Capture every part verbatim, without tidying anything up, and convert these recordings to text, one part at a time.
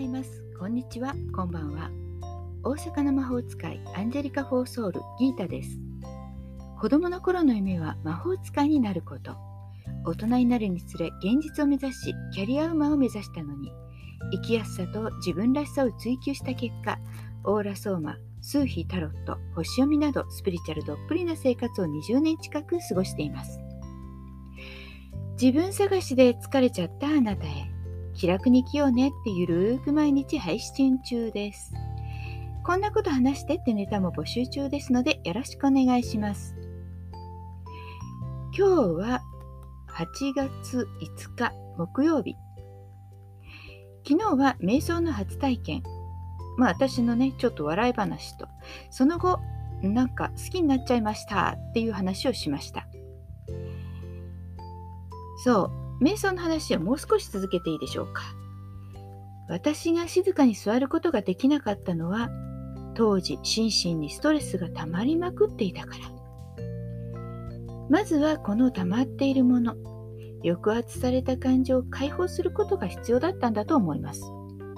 ざいます。こんにちは、こんばんは。大阪の魔法使いアンジェリカ・フォーソウルギータです。子供の頃の夢は魔法使いになること。大人になるにつれ現実を目指しキャリアウーマンを目指したのに、生きやすさと自分らしさを追求した結果、オーラソーマ、スーヒータロット、星読みなどスピリチュアルどっぷりな生活をにじゅうねん近く過ごしています。自分探しで疲れちゃったあなたへ、気楽に生きようねってゆるーく毎日配信中です。こんなこと話してってネタも募集中ですのでよろしくお願いします。今日ははちがついつか木曜日。昨日は瞑想の初体験。まあ私のねちょっと笑い話と、その後なんか好きになっちゃいましたっていう話をしました。そう、瞑想の話をもう少し続けていいでしょうか。私が静かに座ることができなかったのは、当時心身にストレスが溜まりまくっていたから。まずはこの溜まっているもの、抑圧された感情を解放することが必要だったんだと思います。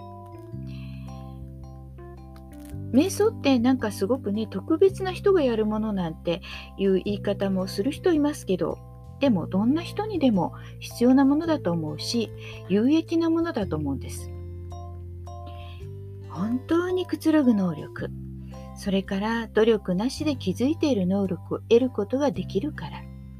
瞑想ってなんかすごくね、特別な人がやるものなんていう言い方もする人いますけど、でもどんな人にでも必要なものだと思うし、有益なものだと思うんです。本当にくつろぐ能力、それから努力なしで気づいている能力を得ることができるから。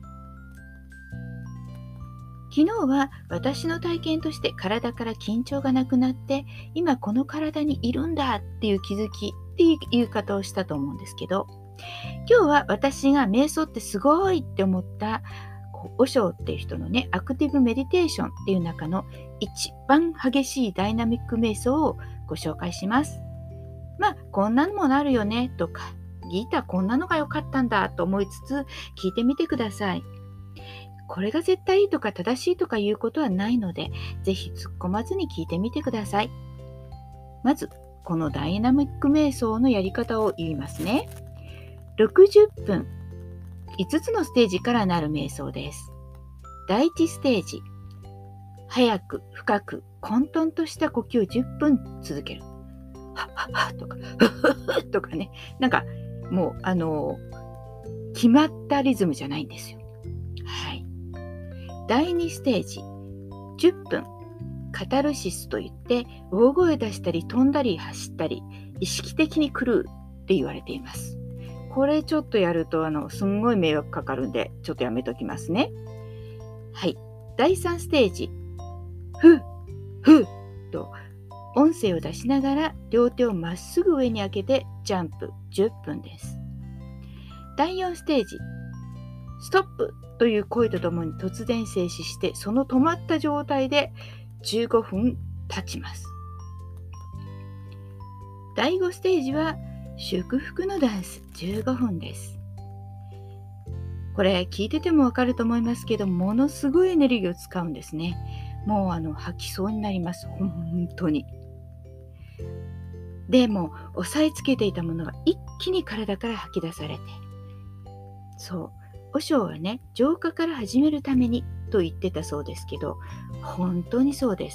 昨日は私の体験として体から緊張がなくなって、今この体にいるんだっていう気づきっていう言い方をしたと思うんですけど、今日は私が瞑想ってすごいって思ったオショーっていう人のね、アクティブメディテーションっていう中の一番激しいダイナミック瞑想をご紹介します。まあこんなのもなるよねとか、ギータこんなのが良かったんだと思いつつ聞いてみてください。これが絶対いいとか正しいとかいうことはないので、ぜひ突っ込まずに聞いてみてください。まずこのダイナミック瞑想のやり方を言いますね。ろくじゅっぷん、いつつのステージからなる瞑想です。だいいちステージ、早く深く混沌とした呼吸をじゅっぷん続ける。はっはっはとかふっふっとかね、なんかもうあの決まったリズムじゃないんですよ。はい。だいにステージ、じゅっぷんカタルシスといって大声出したり飛んだり走ったり意識的に狂うって言われています。これちょっとやるとあのすんごい迷惑かかるんでちょっとやめときますね。はい。だいさんステージ、ふっふっと音声を出しながら両手をまっすぐ上に開けてジャンプじゅっぷんです。だいよんステージ、ストップという声とともに突然静止して、その止まった状態でじゅうごふん経ちます。だいごステージは祝福のダンスじゅうごふんです。これ聞いててもわかると思いますけど、ものすごいエネルギーを使うんですね。もうあの吐きそうになります。本当に。でも押さえつけていたものが一気に体から吐き出されて、そう、オショーはね、浄化から始めるためにと言ってたそうですけど、本当にそうです。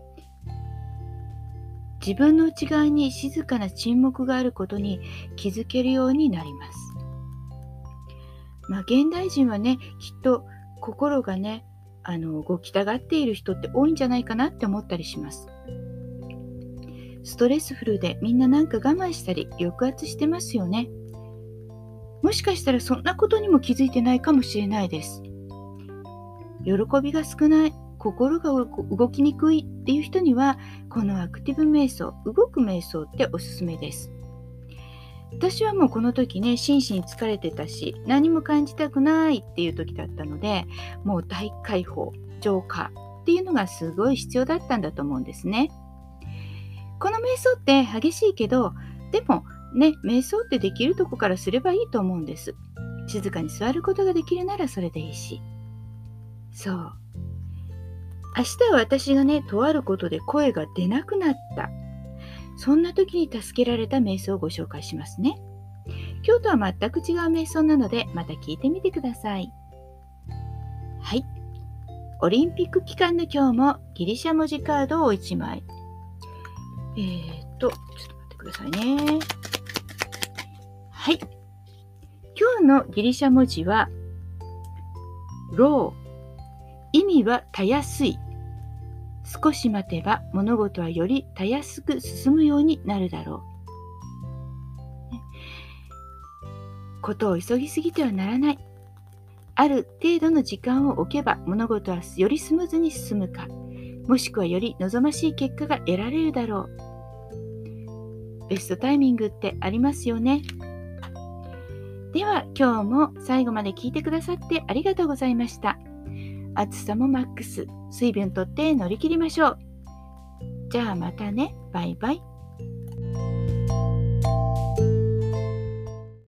自分の内側に静かな沈黙があることに気づけるようになります。まあ現代人はね、きっと心がね、あの動きたがっている人って多いんじゃないかなって思ったりします。ストレスフルでみんななんか我慢したり抑圧してますよね。もしかしたらそんなことにも気づいてないかもしれないです。喜びが少ない、心が動きにくいっていう人には、このアクティブ瞑想、動く瞑想っておすすめです。私はもうこの時ね、心身疲れてたし、何も感じたくないっていう時だったので、もう大解放、浄化っていうのがすごい必要だったんだと思うんですね。この瞑想って激しいけど、でもね、瞑想ってできるとこからすればいいと思うんです。静かに座ることができるならそれでいいし。そう。明日は私がね、とあることで声が出なくなった。そんな時に助けられた瞑想をご紹介しますね。今日とは全く違う瞑想なので、また聞いてみてください。はい。オリンピック期間の今日もギリシャ文字カードをいちまい。 えーっと、ちょっと待ってくださいね。はい。今日のギリシャ文字は、ロー。意味はたやすい。少し待てば物事はよりたやすく進むようになるだろう。ことを急ぎすぎてはならない。ある程度の時間を置けば物事はよりスムーズに進むか、もしくはより望ましい結果が得られるだろう。ベストタイミングってありますよね。では今日も最後まで聞いてくださってありがとうございました。暑さもマックス、水分とって乗り切りましょう。じゃあまたね。バイバイ。